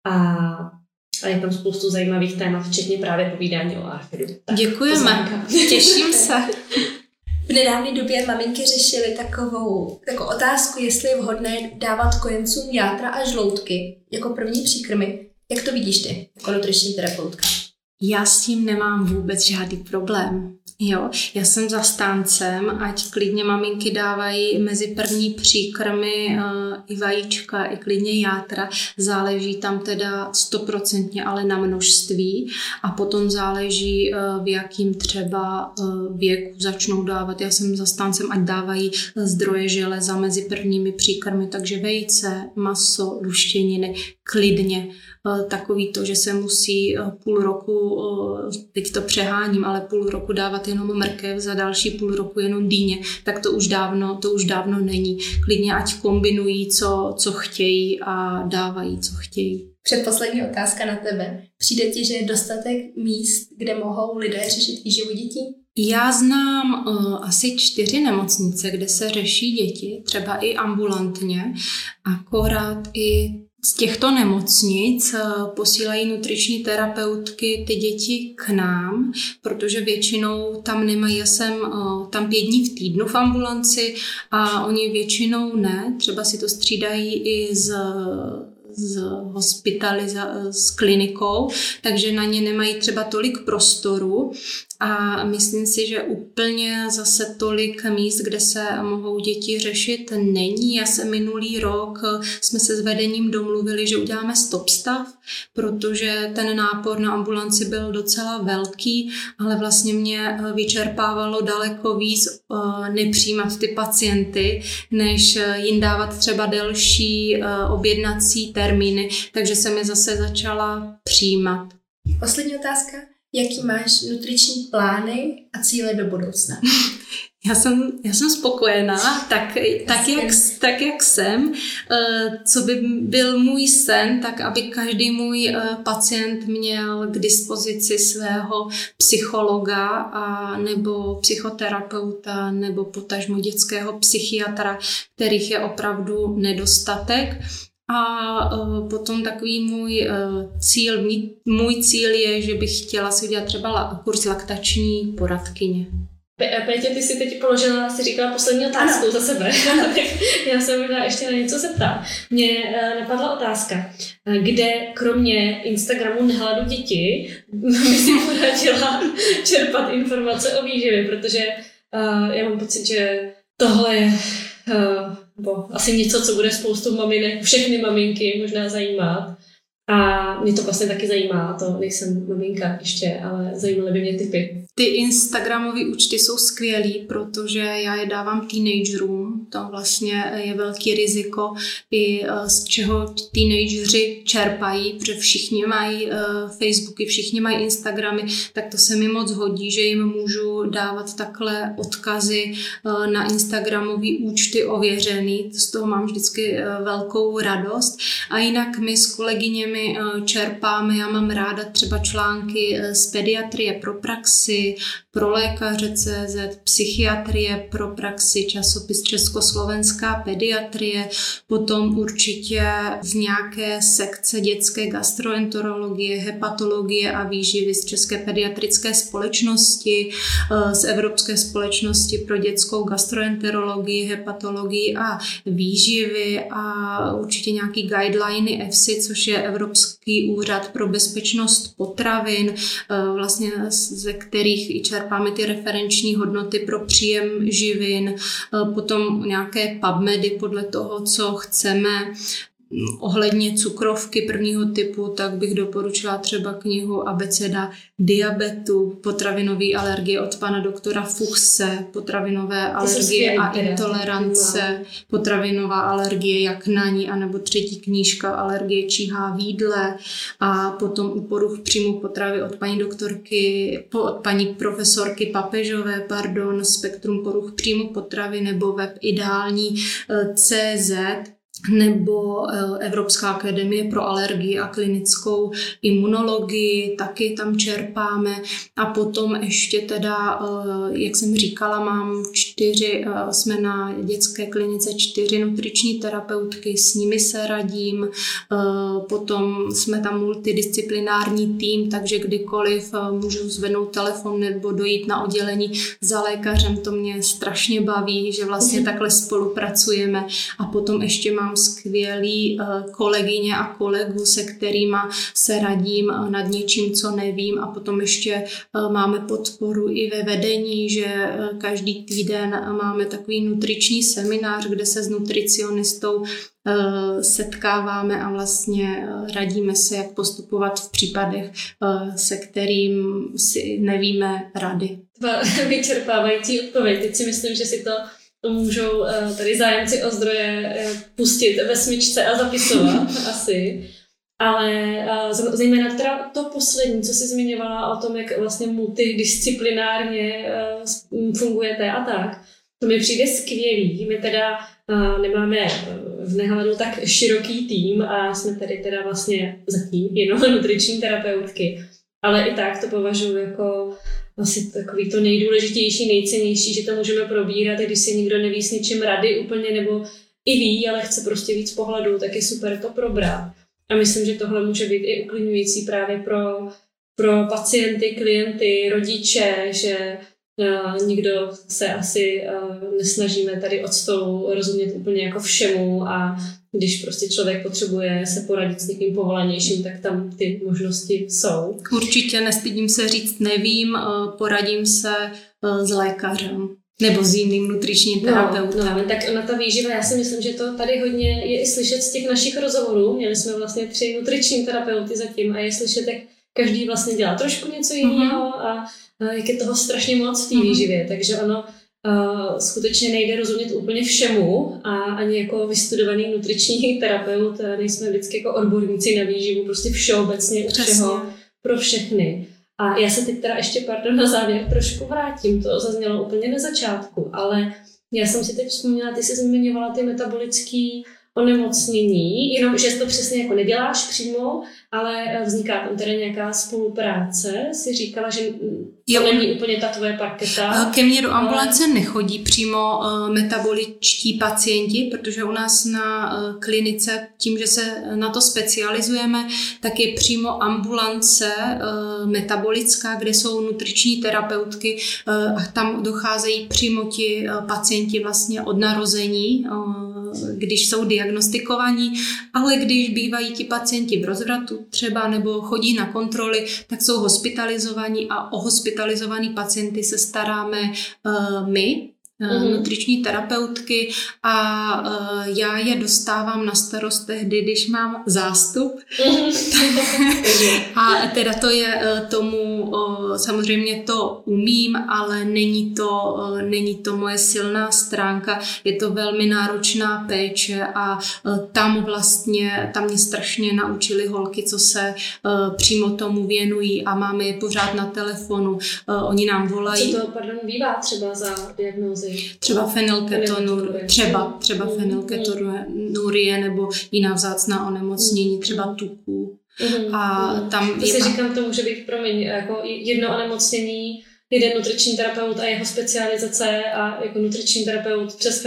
Speaker 1: a je tam spoustu zajímavých témat, včetně právě povídání o AFIDu.
Speaker 2: Děkujeme, těším se.
Speaker 3: V nedávné době maminky řešily takovou otázku, jestli je vhodné dávat kojencům játra a žloutky jako první příkrmy. Jak to vidíš ty, jako nutriční terapeutka?
Speaker 2: Já s tím nemám vůbec žádný problém. Jo, já jsem zastáncem, ať klidně maminky dávají mezi první příkrmy i vajíčka, i klidně játra. Záleží tam teda 100% ale na množství a potom záleží, v jakým třeba věku začnou dávat. Já jsem zastáncem, ať dávají zdroje železa mezi prvními příkrmy, takže vejce, maso, luštěniny, klidně. Takový to, že se musí půl roku, teď to přeháním, ale půl roku dávat jenom mrkev, za další půl roku jenom dýně, tak to už dávno není. Klidně ať kombinují, co chtějí a dávají, co chtějí.
Speaker 3: Předposlední otázka na tebe. Přijde ti, že je dostatek míst, kde mohou lidé řešit výživu dětí?
Speaker 2: Já znám asi 4 nemocnice, kde se řeší děti, třeba i ambulantně, akorát i z těchto nemocnic posílají nutriční terapeutky ty děti k nám, protože většinou tam nemají, já jsem tam 5 dní v týdnu v ambulanci a oni většinou ne, třeba si to střídají i s klinikou, takže na ně nemají třeba tolik prostoru a myslím si, že úplně zase tolik míst, kde se mohou děti řešit, není. Já se minulý rok jsme se s vedením domluvili, že uděláme stop stav, protože ten nápor na ambulanci byl docela velký, ale vlastně mě vyčerpávalo daleko víc nepřijímat ty pacienty, než jim dávat třeba delší objednací termíny, takže jsem je zase začala přijímat.
Speaker 3: Poslední otázka. Jaký máš nutriční plány a cíle do budoucna?
Speaker 2: Já jsem spokojená, tak jak jsem. Co by byl můj sen, tak aby každý můj pacient měl k dispozici svého psychologa a nebo psychoterapeuta nebo potažmo dětského psychiatra, kterých je opravdu nedostatek. A potom takový můj cíl je, že bych chtěla si udělat třeba kurz laktační poradkyně.
Speaker 1: Pétě, ty si teď položila, si říkala poslední otázku za sebe. Já se možná ještě na něco zeptám. Mně napadla otázka, kde kromě Instagramu Nehladu děti by si poradila čerpat informace o výživě, protože já mám pocit, že tohle je asi něco, co bude spoustu maminek, všechny maminky možná zajímat. A mě to vlastně taky zajímá, to nejsem maminka ještě, ale zajímaly by mě tipy.
Speaker 2: Ty Instagramové účty jsou skvělý, protože já je dávám teenagerům. To vlastně je velký riziko, i z čeho teenageři čerpají, protože všichni mají Facebooky, všichni mají Instagramy, tak to se mi moc hodí, že jim můžu dávat takhle odkazy na Instagramové účty ověřený. Z toho mám vždycky velkou radost. A jinak my s kolegyněmi čerpáme, já mám ráda třeba články z pediatrie pro praxi, pro lékaře.cz, psychiatrie pro praxi, časopis Československá pediatrie, potom určitě z nějaké sekce dětské gastroenterologie, hepatologie a výživy z České pediatrické společnosti, z Evropské společnosti pro dětskou gastroenterologii, hepatologii a výživy a určitě nějaký guideliny EFSI, což je Evropský úřad pro bezpečnost potravin, vlastně ze kterých kterých i čerpáme ty referenční hodnoty pro příjem živin, potom nějaké PubMedy podle toho, co chceme. Ohledně cukrovky prvního typu, tak bych doporučila třeba knihu Abeceda diabetu, potravinové alergie od pana doktora Fuchse, potravinové alergie a intolerance, potravinová alergie, jak na ní, anebo třetí knížka Alergie číhá v jídle a potom u poruch příjmu potravy od paní profesorky Papežové, Spektrum poruch příjmu potravy nebo web Ideální CZ, nebo Evropská akademie pro alergii a klinickou imunologii, taky tam čerpáme. A potom ještě teda, jak jsem říkala, jsme na dětské klinice 4 nutriční terapeutky, s nimi se radím. Potom jsme tam multidisciplinární tým, takže kdykoliv můžu zvednout telefon nebo dojít na oddělení za lékařem, to mě strašně baví, že vlastně takhle spolupracujeme. A potom ještě mám skvělý kolegyně a kolegu, se kterýma se radím nad něčím, co nevím, a potom ještě máme podporu i ve vedení, že každý týden máme takový nutriční seminář, kde se s nutricionistou setkáváme a vlastně radíme se, jak postupovat v případech, se kterým si nevíme rady.
Speaker 1: Vyčerpávající odpověď. Teď si myslím, že si to můžou tady zájemci o zdroje pustit ve smyčce a zapisovat asi. Ale zejména teda to poslední, co jsi zmiňovala o tom, jak vlastně multidisciplinárně fungujete a tak, to mi přijde skvělý. My teda nemáme v Nehledu tak široký tým a jsme tady teda vlastně zatím jenom nutriční terapeutky. Ale i tak to považuji jako asi takový to nejdůležitější, nejcennější, že to můžeme probírat, když si nikdo neví s ničím rady úplně, nebo i ví, ale chce prostě víc pohledu, tak je super to probrat. A myslím, že tohle může být i uklidňující právě pro pacienty, klienty, rodiče, že nikdo se asi nesnažíme tady od stolu rozumět úplně jako všemu a když prostě člověk potřebuje se poradit s někým povolanějším, tak tam ty možnosti jsou.
Speaker 2: Určitě nestydím se říct nevím, poradím se s lékařem nebo s jiným nutričním terapeutem.
Speaker 1: No, tak na ta výživa, já si myslím, že to tady hodně je i slyšet z těch našich rozhovorů. Měli jsme vlastně 3 nutriční terapeuty zatím a je slyšet, jak každý vlastně dělá trošku něco jiného a jak je toho strašně moc v té výživě. Takže ono skutečně nejde rozumět úplně všemu a ani jako vystudovaný nutriční terapeut nejsme vždycky jako odborníci na výživu, prostě všeobecně u všeho pro všechny. A já se teď teda ještě, na závěr trošku vrátím, to zaznělo úplně na začátku, ale já jsem si teď vzpomněla, ty jsi zmiňovala ty metabolické onemocnění, jenom že to přesně jako neděláš přímo, ale vzniká tam teda nějaká spolupráce. Jsi říkala, že to není úplně ta tvoje parketa.
Speaker 2: Ke mně do ambulance nechodí přímo metaboličtí pacienti, protože u nás na klinice, tím, že se na to specializujeme, tak je přímo ambulance metabolická, kde jsou nutriční terapeutky a tam docházejí přímo ti pacienti vlastně od narození, když jsou diagnostikovaní, ale když bývají ti pacienti v rozvratu třeba nebo chodí na kontroly, tak jsou hospitalizovaní a o hospitalizovaný pacienty se staráme my, nutriční terapeutky, a já je dostávám na starost tehdy, když mám zástup. A teda to je tomu, samozřejmě to umím, ale není to moje silná stránka, je to velmi náročná péče a tam mě strašně naučili holky, co se přímo tomu věnují a máme je pořád na telefonu, oni nám volají.
Speaker 1: Co to, bývá třeba za diagnózy?
Speaker 2: Třeba fenylketonurie nebo jiná vzácná onemocnění, třeba tuku. A tam
Speaker 1: to si říkám, to může být, jako jedno onemocnění, jeden nutriční terapeut a jeho specializace a jako nutriční terapeut přes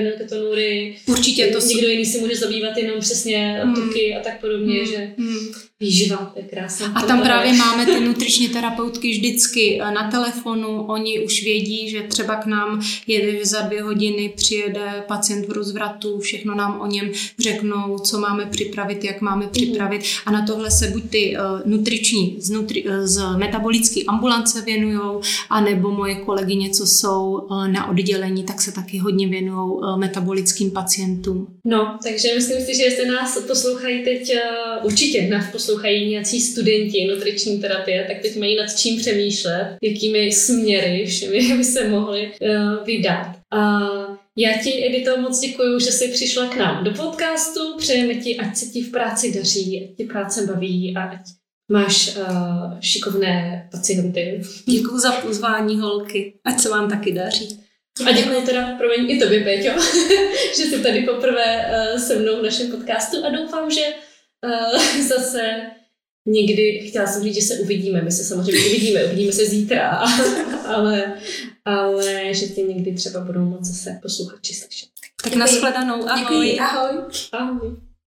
Speaker 1: fenylketonurii.
Speaker 2: Určitě to
Speaker 1: někdo jiný si může zabývat jenom přesně tuky a tak podobně, že výživa, to je krásná.
Speaker 2: A tam právě máme ty nutriční terapeutky vždycky na telefonu, oni už vědí, že třeba k nám jede, za 2 hodiny přijede pacient v rozvratu, všechno nám o něm řeknou, co máme připravit, jak máme připravit a na tohle se buď ty nutriční z metabolické ambulance věnujou, anebo moje kolegyně, co jsou na oddělení, tak se taky hodně věnují metabolickým pacientům.
Speaker 1: No, takže myslím si, že jestli nás poslouchají teď, určitě nás poslouchají nějací studenti nutriční terapie, tak teď mají nad čím přemýšlet, jakými směry všemi by se mohli vydat. A já ti, Edito, moc děkuju, že jsi přišla k nám do podcastu. Přejeme ti, ať se ti v práci daří, ať ti práce baví a ať máš šikovné pacienty.
Speaker 2: Děkuju za pozvání, holky. Ať se vám taky daří.
Speaker 1: A děkuji teda, promiň, i tobě, Péťo, že jsi tady poprvé se mnou v našem podcastu a doufám, že zase někdy, chtěla jsem říct, že se uvidíme, my se samozřejmě uvidíme se zítra, ale že tě někdy třeba budou moc zase poslouchat či slyšet.
Speaker 2: Tak nashledanou, ahoj.
Speaker 3: Děkuji, ahoj.
Speaker 1: Ahoj.